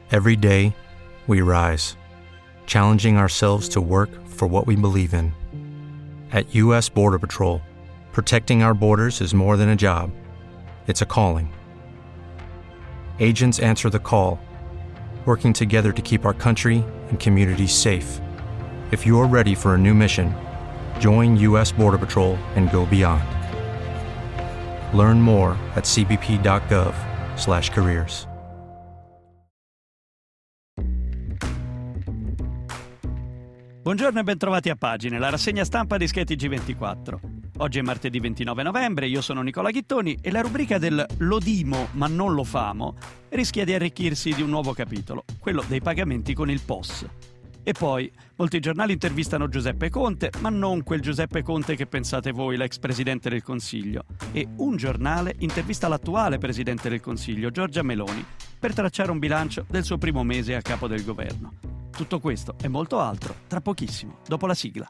Every day, we rise, challenging ourselves to work for what we believe in. At U.S. Border Patrol, protecting our borders is more than a job. It's a calling. Agents answer the call, working together to keep our country and communities safe. If you're ready for a new mission, join U.S. Border Patrol and go beyond. Learn more at cbp.gov/careers. Buongiorno e bentrovati a Pagine, la rassegna stampa di Sky TG24. Oggi è martedì 29 novembre, io sono Nicola Ghittoni e la rubrica del "lo dimo ma non lo famo" rischia di arricchirsi di un nuovo capitolo, quello dei pagamenti con il POS. E poi, molti giornali intervistano Giuseppe Conte, ma non quel Giuseppe Conte che pensate voi, l'ex Presidente del Consiglio. E un giornale intervista l'attuale Presidente del Consiglio, Giorgia Meloni, per tracciare un bilancio del suo primo mese a capo del governo. Tutto questo e molto altro tra pochissimo, dopo la sigla.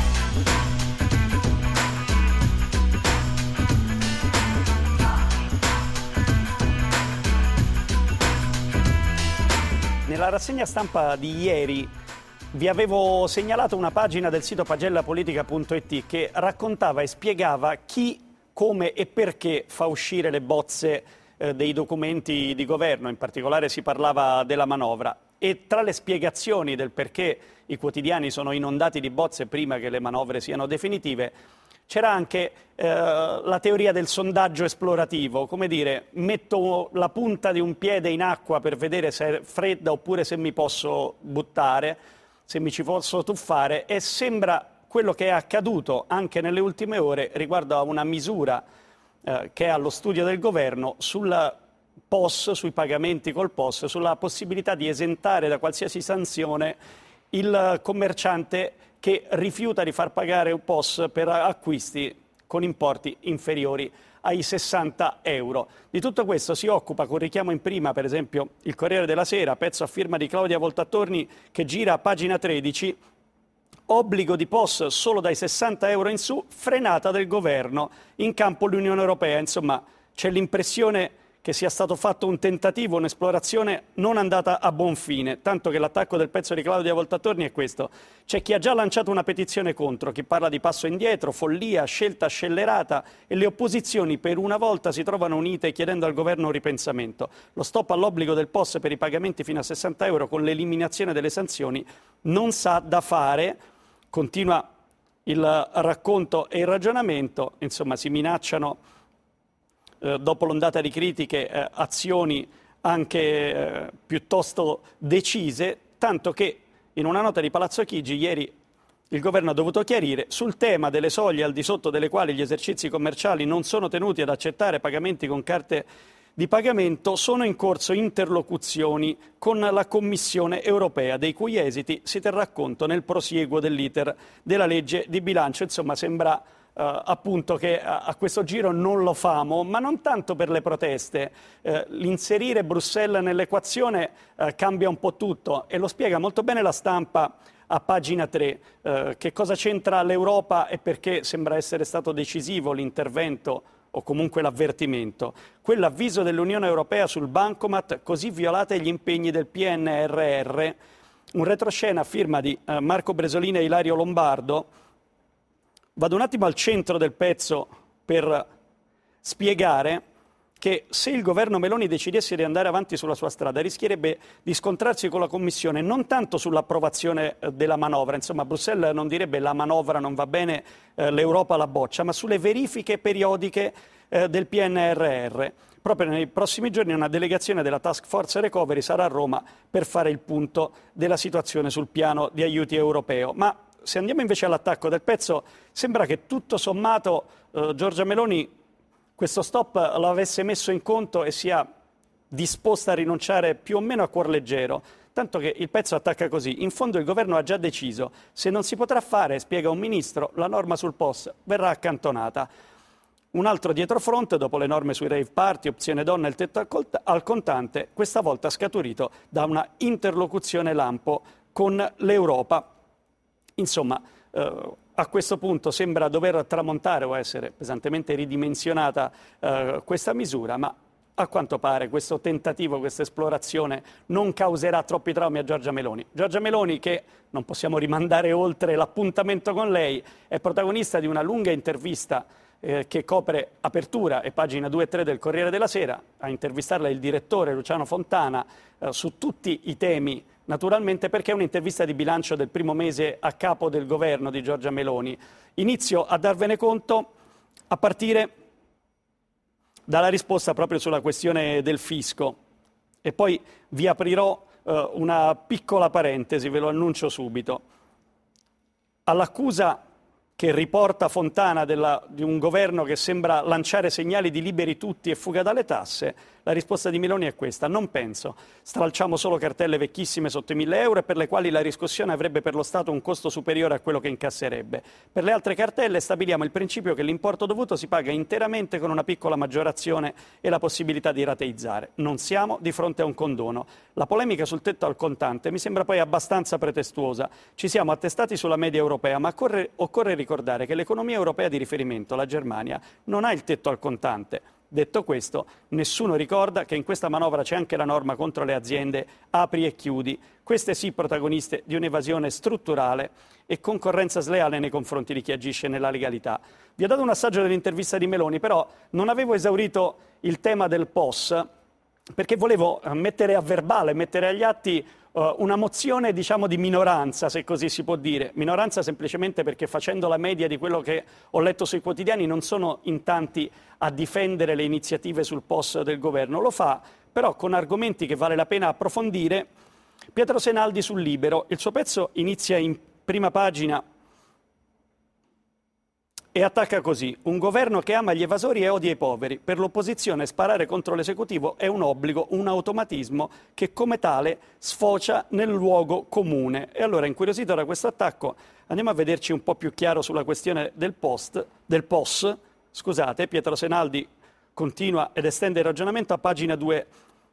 Nella rassegna stampa di ieri vi avevo segnalato una pagina del sito pagellapolitica.it che raccontava e spiegava chi, come e perché fa uscire le bozze dei documenti di governo, in particolare si parlava della manovra. E tra le spiegazioni del perché i quotidiani sono inondati di bozze prima che le manovre siano definitive, c'era anche la teoria del sondaggio esplorativo, come dire, metto la punta di un piede in acqua per vedere se è fredda oppure se mi posso buttare, se mi ci posso tuffare, e sembra quello che è accaduto anche nelle ultime ore riguardo a una misura che è allo studio del governo sul POS, sui pagamenti col POS, sulla possibilità di esentare da qualsiasi sanzione il commerciante che rifiuta di far pagare un POS per acquisti con importi inferiori ai 60 euro. Di tutto questo si occupa, con richiamo in prima, per esempio, il Corriere della Sera, pezzo a firma di Claudia Voltattorni che gira a pagina 13, obbligo di POS solo dai 60 euro in su, frenata del governo, in campo l'Unione Europea. Insomma, c'è l'impressione che sia stato fatto un tentativo, un'esplorazione non andata a buon fine, tanto che l'attacco del pezzo di Claudia Voltattorni è questo. C'è chi ha già lanciato una petizione contro, chi parla di passo indietro, follia, scelta scellerata, e le opposizioni per una volta si trovano unite chiedendo al governo un ripensamento. Lo stop all'obbligo del POS per i pagamenti fino a 60 euro con l'eliminazione delle sanzioni non sa da fare, continua il racconto e il ragionamento, insomma si minacciano dopo l'ondata di critiche, azioni anche piuttosto decise, tanto che in una nota di Palazzo Chigi ieri il governo ha dovuto chiarire sul tema delle soglie al di sotto delle quali gli esercizi commerciali non sono tenuti ad accettare pagamenti con carte di pagamento. Sono in corso interlocuzioni con la Commissione europea, dei cui esiti si terrà conto nel prosieguo dell'iter della legge di bilancio. Insomma, sembra appunto che a questo giro non lo famo, ma non tanto per le proteste. L'inserire Bruxelles nell'equazione cambia un po' tutto, e lo spiega molto bene La Stampa a pagina 3. Che cosa c'entra l'Europa e perché sembra essere stato decisivo l'intervento o comunque l'avvertimento. Quell'avviso dell'Unione Europea sul bancomat, così violate gli impegni del PNRR. Un retroscena a firma di Marco Bresolini e Ilario Lombardo. Vado un attimo al centro del pezzo per spiegare che se il governo Meloni decidesse di andare avanti sulla sua strada rischierebbe di scontrarsi con la Commissione non tanto sull'approvazione della manovra, insomma Bruxelles non direbbe la manovra non va bene, l'Europa la boccia, ma sulle verifiche periodiche del PNRR. Proprio nei prossimi giorni una delegazione della Task Force Recovery sarà a Roma per fare il punto della situazione sul piano di aiuti europeo. Ma se andiamo invece all'attacco del pezzo, sembra che tutto sommato Giorgia Meloni questo stop l'avesse messo in conto e sia disposta a rinunciare più o meno a cuor leggero. Tanto che il pezzo attacca così: in fondo il governo ha già deciso, se non si potrà fare, spiega un ministro, la norma sul POS verrà accantonata. Un altro dietrofront, dopo le norme sui rave party, opzione donna e il tetto al contante, questa volta scaturito da una interlocuzione lampo con l'Europa. Insomma, a questo punto sembra dover tramontare o essere pesantemente ridimensionata questa misura, ma a quanto pare questo tentativo, questa esplorazione non causerà troppi traumi a Giorgia Meloni. Giorgia Meloni, che non possiamo rimandare oltre l'appuntamento con lei, è protagonista di una lunga intervista che copre apertura e pagina 2 e 3 del Corriere della Sera. A intervistarla il direttore Luciano Fontana su tutti i temi, naturalmente, perché è un'intervista di bilancio del primo mese a capo del governo di Giorgia Meloni. Inizio a darvene conto a partire dalla risposta proprio sulla questione del fisco e poi vi aprirò una piccola parentesi, ve lo annuncio subito. All'accusa che riporta Fontana di un governo che sembra lanciare segnali di liberi tutti e fuga dalle tasse, la risposta di Meloni è questa: non penso. Stralciamo solo cartelle vecchissime sotto i 1.000 euro e per le quali la riscossione avrebbe per lo Stato un costo superiore a quello che incasserebbe. Per le altre cartelle stabiliamo il principio che l'importo dovuto si paga interamente con una piccola maggiorazione e la possibilità di rateizzare. Non siamo di fronte a un condono. La polemica sul tetto al contante mi sembra poi abbastanza pretestuosa. Ci siamo attestati sulla media europea, ma occorre ricordare che l'economia europea di riferimento, la Germania, non ha il tetto al contante. Detto questo, nessuno ricorda che in questa manovra c'è anche la norma contro le aziende apri e chiudi, queste sì protagoniste di un'evasione strutturale e concorrenza sleale nei confronti di chi agisce nella legalità. Vi ho dato un assaggio dell'intervista di Meloni, però non avevo esaurito il tema del POS, perché volevo mettere a verbale, mettere agli atti una mozione, diciamo, di minoranza, se così si può dire. Minoranza semplicemente perché, facendo la media di quello che ho letto sui quotidiani, non sono in tanti a difendere le iniziative sul POS del governo. Lo fa però con argomenti che vale la pena approfondire. Pietro Senaldi sul Libero. Il suo pezzo inizia in prima pagina e attacca così: un governo che ama gli evasori e odia i poveri. Per l'opposizione sparare contro l'esecutivo è un obbligo, un automatismo che come tale sfocia nel luogo comune. E allora, incuriosito da questo attacco, andiamo a vederci un po' più chiaro sulla questione del POS. Scusate, Pietro Senaldi continua ed estende il ragionamento a pagina 2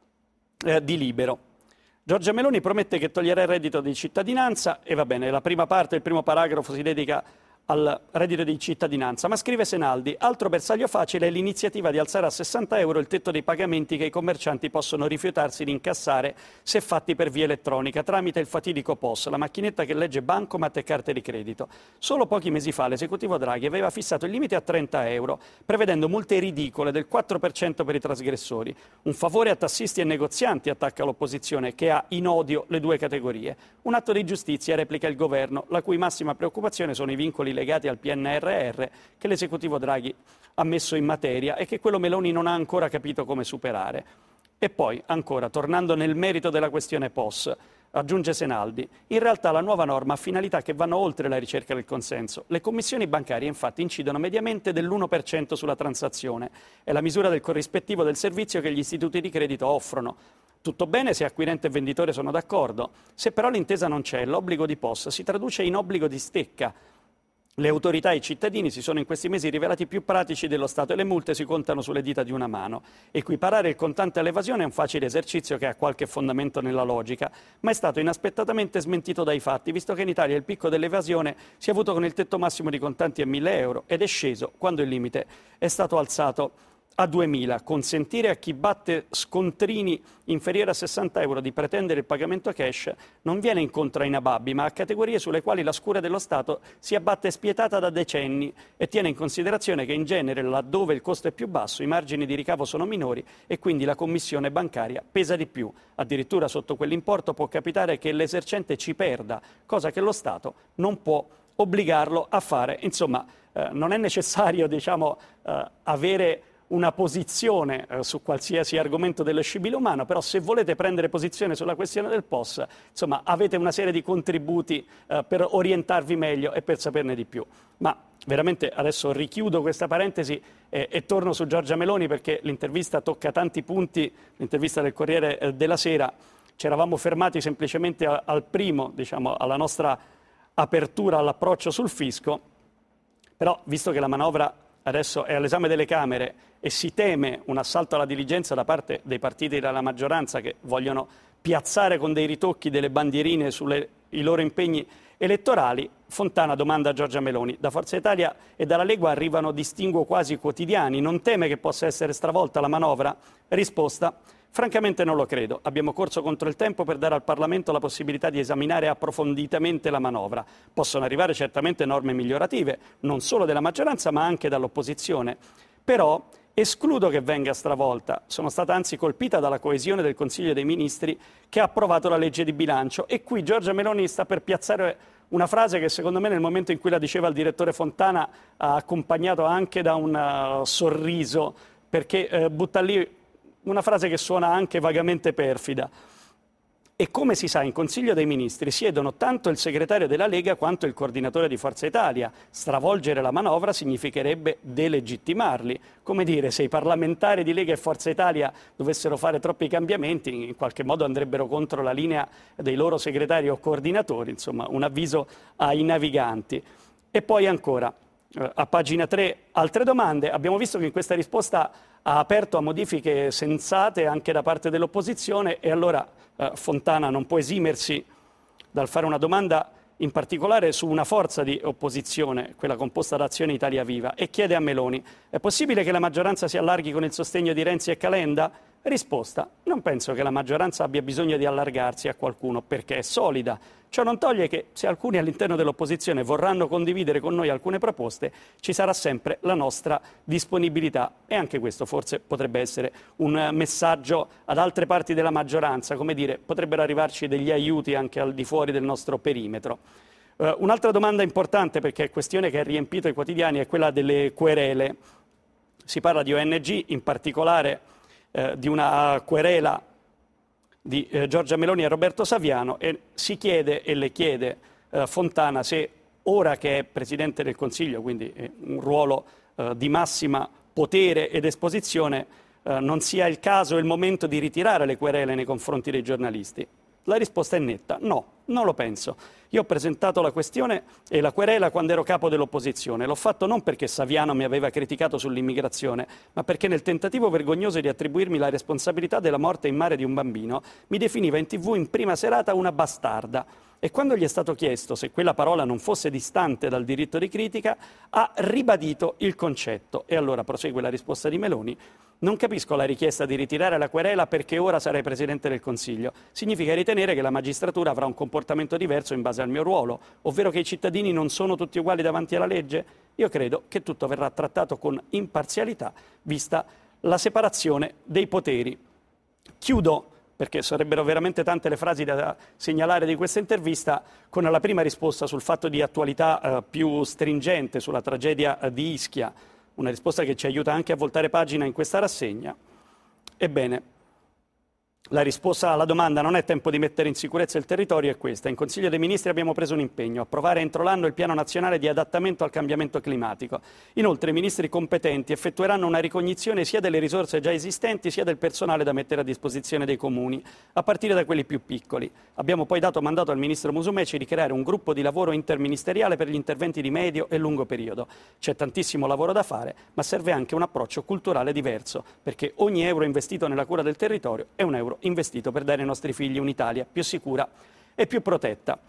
di Libero. Giorgia Meloni promette che toglierà il reddito di cittadinanza e va bene, la prima parte, il primo paragrafo si dedica al reddito di cittadinanza, ma scrive Senaldi: altro bersaglio facile è l'iniziativa di alzare a 60 euro il tetto dei pagamenti che i commercianti possono rifiutarsi di incassare se fatti per via elettronica, tramite il fatidico POS, la macchinetta che legge bancomat e carte di credito. Solo pochi mesi fa l'esecutivo Draghi aveva fissato il limite a 30 euro, prevedendo multe ridicole del 4% per i trasgressori. Un favore a tassisti e negozianti, attacca l'opposizione, che ha in odio le due categorie. Un atto di giustizia, replica il governo, la cui massima preoccupazione sono i vincoli legati al PNRR che l'esecutivo Draghi ha messo in materia e che quello Meloni non ha ancora capito come superare. E poi, ancora, tornando nel merito della questione POS, aggiunge Senaldi: in realtà la nuova norma ha finalità che vanno oltre la ricerca del consenso. Le commissioni bancarie infatti incidono mediamente dell'1% sulla transazione. È la misura del corrispettivo del servizio che gli istituti di credito offrono. Tutto bene se acquirente e venditore sono d'accordo. Se però l'intesa non c'è, l'obbligo di POS si traduce in obbligo di stecca. Le autorità e i cittadini si sono in questi mesi rivelati più pratici dello Stato e le multe si contano sulle dita di una mano. Equiparare il contante all'evasione è un facile esercizio che ha qualche fondamento nella logica, ma è stato inaspettatamente smentito dai fatti, visto che in Italia il picco dell'evasione si è avuto con il tetto massimo di contanti a 1.000 euro ed è sceso quando il limite è stato alzato a 2.000. Consentire a chi batte scontrini inferiori a 60 euro di pretendere il pagamento cash non viene incontro ai nababbi, ma a categorie sulle quali la scure dello Stato si abbatte spietata da decenni e tiene in considerazione che in genere, laddove il costo è più basso, i margini di ricavo sono minori e quindi la commissione bancaria pesa di più. Addirittura sotto quell'importo può capitare che l'esercente ci perda, cosa che lo Stato non può obbligarlo a fare. Insomma, non è necessario, avere una posizione su qualsiasi argomento dello scibile umano, però se volete prendere posizione sulla questione del POS, insomma, avete una serie di contributi per orientarvi meglio e per saperne di più. Ma veramente adesso richiudo questa parentesi e torno su Giorgia Meloni, perché l'intervista tocca tanti punti, l'intervista del Corriere della Sera. Ci eravamo fermati semplicemente al primo, alla nostra apertura all'approccio sul fisco, però visto che la manovra adesso è all'esame delle Camere e si teme un assalto alla diligenza da parte dei partiti della maggioranza che vogliono piazzare con dei ritocchi delle bandierine sui loro impegni elettorali. Fontana domanda a Giorgia Meloni: da Forza Italia e dalla Lega arrivano distinguo quasi quotidiani, non teme che possa essere stravolta la manovra? Risposta: francamente non lo credo. Abbiamo corso contro il tempo per dare al Parlamento la possibilità di esaminare approfonditamente la manovra. Possono arrivare certamente norme migliorative, non solo della maggioranza ma anche dall'opposizione. Però escludo che venga stravolta. Sono stata anzi colpita dalla coesione del Consiglio dei Ministri che ha approvato la legge di bilancio, e qui Giorgia Meloni sta per piazzare una frase che secondo me nel momento in cui la diceva il direttore Fontana ha accompagnato anche da un sorriso, perché butta lì una frase che suona anche vagamente perfida. E come si sa, in Consiglio dei Ministri siedono tanto il segretario della Lega quanto il coordinatore di Forza Italia. Stravolgere la manovra significherebbe delegittimarli. Come dire, se i parlamentari di Lega e Forza Italia dovessero fare troppi cambiamenti, in qualche modo andrebbero contro la linea dei loro segretari o coordinatori. Insomma, un avviso ai naviganti. E poi ancora, a pagina 3, altre domande. Abbiamo visto che in questa risposta ha aperto a modifiche sensate anche da parte dell'opposizione, e allora Fontana non può esimersi dal fare una domanda in particolare su una forza di opposizione, quella composta da Azione Italia Viva, e chiede a Meloni: è possibile che la maggioranza si allarghi con il sostegno di Renzi e Calenda? Risposta: non penso che la maggioranza abbia bisogno di allargarsi a qualcuno perché è solida. Ciò non toglie che se alcuni all'interno dell'opposizione vorranno condividere con noi alcune proposte, ci sarà sempre la nostra disponibilità. E anche questo forse potrebbe essere un messaggio ad altre parti della maggioranza, come dire, potrebbero arrivarci degli aiuti anche al di fuori del nostro perimetro. Un'altra domanda importante, perché è questione che ha riempito i quotidiani, è quella delle querele. Si parla di ONG, in particolare di una querela di Giorgia Meloni a Roberto Saviano, e si chiede e le chiede Fontana se ora che è Presidente del Consiglio, quindi un ruolo di massima potere ed esposizione, non sia il caso e il momento di ritirare le querele nei confronti dei giornalisti. La risposta è netta: no, non lo penso. Io ho presentato la questione e la querela quando ero capo dell'opposizione. L'ho fatto non perché Saviano mi aveva criticato sull'immigrazione, ma perché nel tentativo vergognoso di attribuirmi la responsabilità della morte in mare di un bambino, mi definiva in TV in prima serata una bastarda. E quando gli è stato chiesto se quella parola non fosse distante dal diritto di critica, ha ribadito il concetto. E allora prosegue la risposta di Meloni: non capisco la richiesta di ritirare la querela perché ora sarei Presidente del Consiglio. Significa ritenere che la magistratura avrà un comportamento diverso in base al mio ruolo, ovvero che i cittadini non sono tutti uguali davanti alla legge? Io credo che tutto verrà trattato con imparzialità, vista la separazione dei poteri. Chiudo, perché sarebbero veramente tante le frasi da segnalare di questa intervista, con la prima risposta sul fatto di attualità più stringente sulla tragedia di Ischia, una risposta che ci aiuta anche a voltare pagina in questa rassegna. Ebbene, la risposta alla domanda non è tempo di mettere in sicurezza il territorio è questa. In Consiglio dei Ministri abbiamo preso un impegno: approvare entro l'anno il piano nazionale di adattamento al cambiamento climatico. Inoltre i ministri competenti effettueranno una ricognizione sia delle risorse già esistenti sia del personale da mettere a disposizione dei comuni, a partire da quelli più piccoli. Abbiamo poi dato mandato al ministro Musumeci di creare un gruppo di lavoro interministeriale per gli interventi di medio e lungo periodo. C'è tantissimo lavoro da fare, ma serve anche un approccio culturale diverso, perché ogni euro investito nella cura del territorio è un euro investito per dare ai nostri figli un'Italia più sicura e più protetta.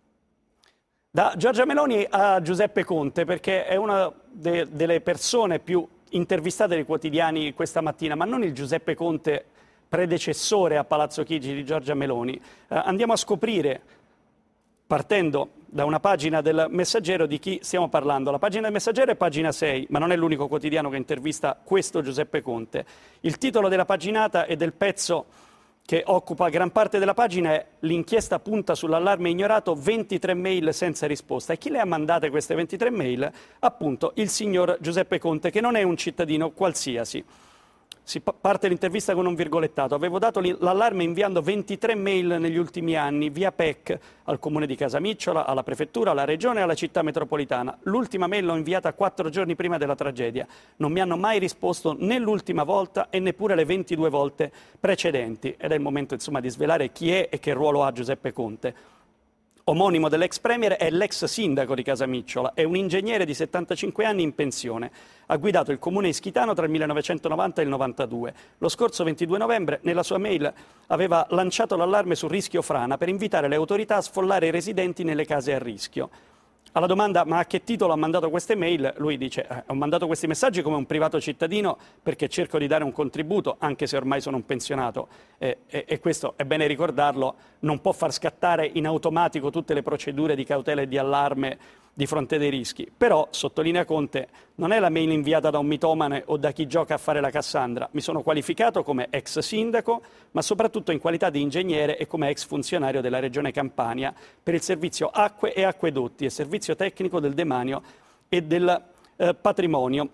Da Giorgia Meloni a Giuseppe Conte, perché è una delle persone più intervistate dai quotidiani questa mattina, ma non il Giuseppe Conte predecessore a Palazzo Chigi di Giorgia Meloni. Andiamo a scoprire, partendo da una pagina del Messaggero, di chi stiamo parlando. La pagina del Messaggero è pagina 6, ma non è l'unico quotidiano che intervista questo Giuseppe Conte. Il titolo della paginata e del pezzo che occupa gran parte della pagina è: l'inchiesta punta sull'allarme ignorato, 23 mail senza risposta. E chi le ha mandate queste 23 mail? Appunto il signor Giuseppe Conte, che non è un cittadino qualsiasi. Si parte l'intervista con un virgolettato: avevo dato l'allarme inviando 23 mail negli ultimi anni, via PEC, al comune di Casamicciola, alla prefettura, alla regione e alla città metropolitana. L'ultima mail l'ho inviata 4 giorni prima della tragedia. Non mi hanno mai risposto né l'ultima volta e neppure le 22 volte precedenti. Ed è il momento, insomma, di svelare chi è e che ruolo ha Giuseppe Conte. omonimo dell'ex premier, è l'ex sindaco di Casamicciola, è un ingegnere di 75 anni in pensione. Ha guidato il comune ischitano tra il 1990 e il 92. Lo scorso 22 novembre nella sua mail aveva lanciato l'allarme sul rischio frana per invitare le autorità a sfollare i residenti nelle case a rischio. Alla domanda ma a che titolo ha mandato queste mail, lui dice ho mandato questi messaggi come un privato cittadino perché cerco di dare un contributo anche se ormai sono un pensionato e questo è bene ricordarlo, non può far scattare in automatico tutte le procedure di cautela e di allarme di fronte dei rischi. Però, sottolinea Conte, non è la mail inviata da un mitomane o da chi gioca a fare la Cassandra. Mi sono qualificato come ex sindaco, ma soprattutto in qualità di ingegnere e come ex funzionario della Regione Campania per il servizio acque e acquedotti e servizio tecnico del demanio e del patrimonio.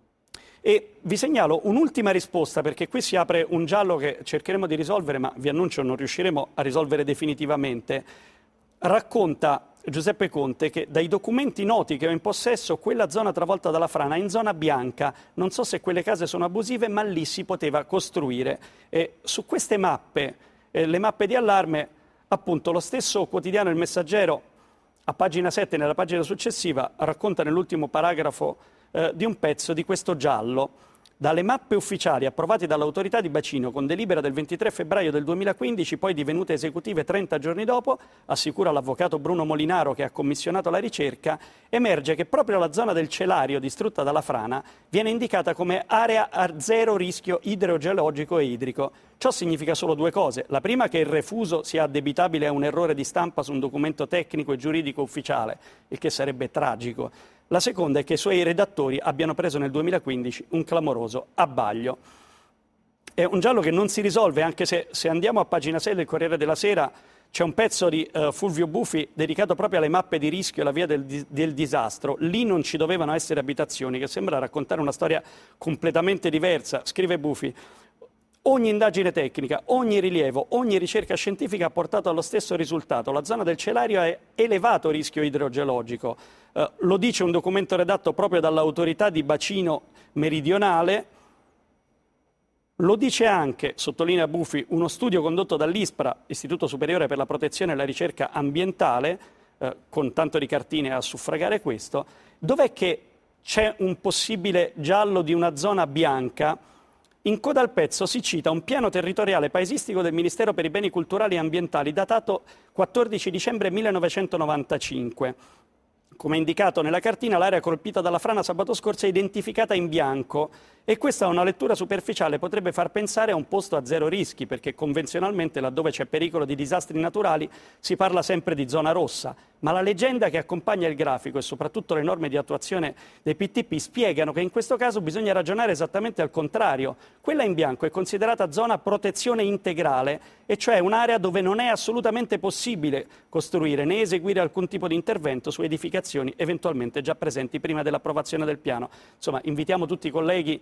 E vi segnalo un'ultima risposta, perché qui si apre un giallo che cercheremo di risolvere, ma vi annuncio non riusciremo a risolvere definitivamente. Racconta Giuseppe Conte che dai documenti noti che ho in possesso quella zona travolta dalla frana è in zona bianca, non so se quelle case sono abusive ma lì si poteva costruire. E su queste mappe, le mappe di allarme, appunto lo stesso quotidiano Il Messaggero a pagina 7 nella pagina successiva racconta nell'ultimo paragrafo di un pezzo di questo giallo. Dalle mappe ufficiali approvate dall'autorità di bacino con delibera del 23 febbraio del 2015, poi divenute esecutive 30 giorni dopo, assicura l'avvocato Bruno Molinaro che ha commissionato la ricerca, emerge che proprio la zona del Celario distrutta dalla frana viene indicata come area a zero rischio idrogeologico e idrico. Ciò significa solo due cose. La prima, che il refuso sia addebitabile a un errore di stampa su un documento tecnico e giuridico ufficiale, il che sarebbe tragico. La seconda è che i suoi redattori abbiano preso nel 2015 un clamoroso abbaglio. È un giallo che non si risolve, anche se andiamo a pagina 6 del Corriere della Sera c'è un pezzo di Fulvio Bufi dedicato proprio alle mappe di rischio e alla via del disastro. Lì non ci dovevano essere abitazioni, che sembra raccontare una storia completamente diversa. Scrive Bufi: ogni indagine tecnica, ogni rilievo, ogni ricerca scientifica ha portato allo stesso risultato. La zona del Celario è elevato rischio idrogeologico. Lo dice un documento redatto proprio dall'autorità di bacino meridionale. Lo dice anche, sottolinea Bufi, uno studio condotto dall'ISPRA, Istituto Superiore per la Protezione e la Ricerca Ambientale, con tanto di cartine a suffragare questo. Dov'è che c'è un possibile giallo di una zona bianca? In coda al pezzo si cita un piano territoriale paesistico del Ministero per i Beni Culturali e Ambientali datato 14 dicembre 1995. Come indicato nella cartina, l'area colpita dalla frana sabato scorso è identificata in bianco e questa, a una lettura superficiale, potrebbe far pensare a un posto a zero rischi, perché convenzionalmente laddove c'è pericolo di disastri naturali si parla sempre di zona rossa. Ma la leggenda che accompagna il grafico e soprattutto le norme di attuazione dei PTP spiegano che in questo caso bisogna ragionare esattamente al contrario. Quella in bianco è considerata zona protezione integrale, e cioè un'area dove non è assolutamente possibile costruire né eseguire alcun tipo di intervento su edificazioni eventualmente già presenti prima dell'approvazione del piano. Insomma, invitiamo tutti i colleghi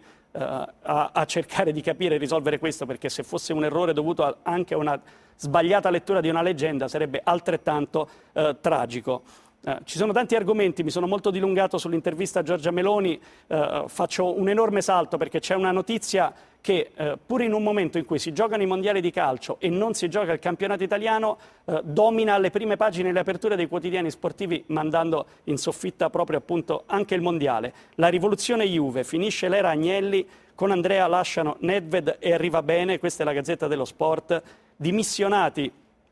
a cercare di capire e risolvere questo, perché se fosse un errore dovuto anche a una sbagliata lettura di una leggenda sarebbe altrettanto tragico. Ci sono tanti argomenti, mi sono molto dilungato sull'intervista a Giorgia Meloni, faccio un enorme salto perché c'è una notizia che pur in un momento in cui si giocano i mondiali di calcio e non si gioca il campionato italiano, domina le prime pagine e le aperture dei quotidiani sportivi, mandando in soffitta proprio appunto anche il mondiale. La rivoluzione Juve, finisce l'era Agnelli, con Andrea lasciano Nedved e arriva bene, questa è la Gazzetta dello Sport. Dimissionati,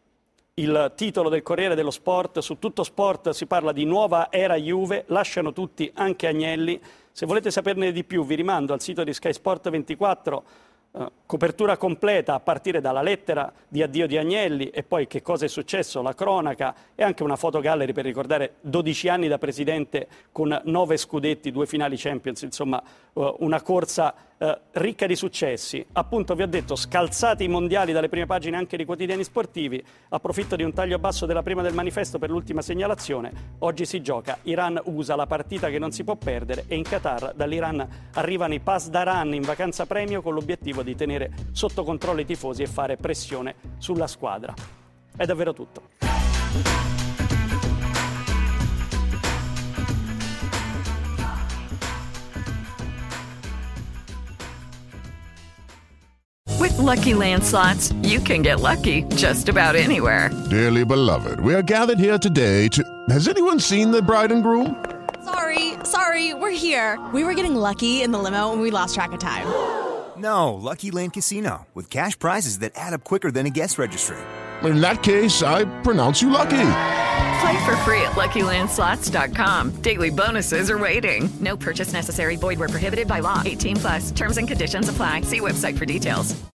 il titolo del Corriere dello Sport. Su Tutto Sport si parla di nuova era Juve, lasciano tutti, anche Agnelli. Se volete saperne di più vi rimando al sito di Sky Sport 24, copertura completa a partire dalla lettera di addio di Agnelli e poi che cosa è successo, la cronaca e anche una fotogallery per ricordare 12 anni da presidente con 9 scudetti, 2 finali Champions, insomma una corsa ricca di successi. Appunto vi ho detto, scalzati i mondiali dalle prime pagine anche di quotidiani sportivi. Approfitto di un taglio basso della prima del manifesto per l'ultima segnalazione. Oggi si gioca Iran-USA, la partita che non si può perdere, e in Qatar dall'Iran arrivano i Pasdaran in vacanza premio con l'obiettivo di tenere sotto controllo i tifosi e fare pressione sulla squadra. È davvero tutto. With Lucky Land Slots, you can get lucky just about anywhere. Dearly beloved, we are gathered here today to... Has anyone seen the bride and groom? Sorry, we're here. We were getting lucky in the limo and we lost track of time. No, Lucky Land Casino, with cash prizes that add up quicker than a guest registry. In that case, I pronounce you lucky. Play for free at LuckyLandSlots.com. Daily bonuses are waiting. No purchase necessary. Void where prohibited by law. 18+. Terms and conditions apply. See website for details.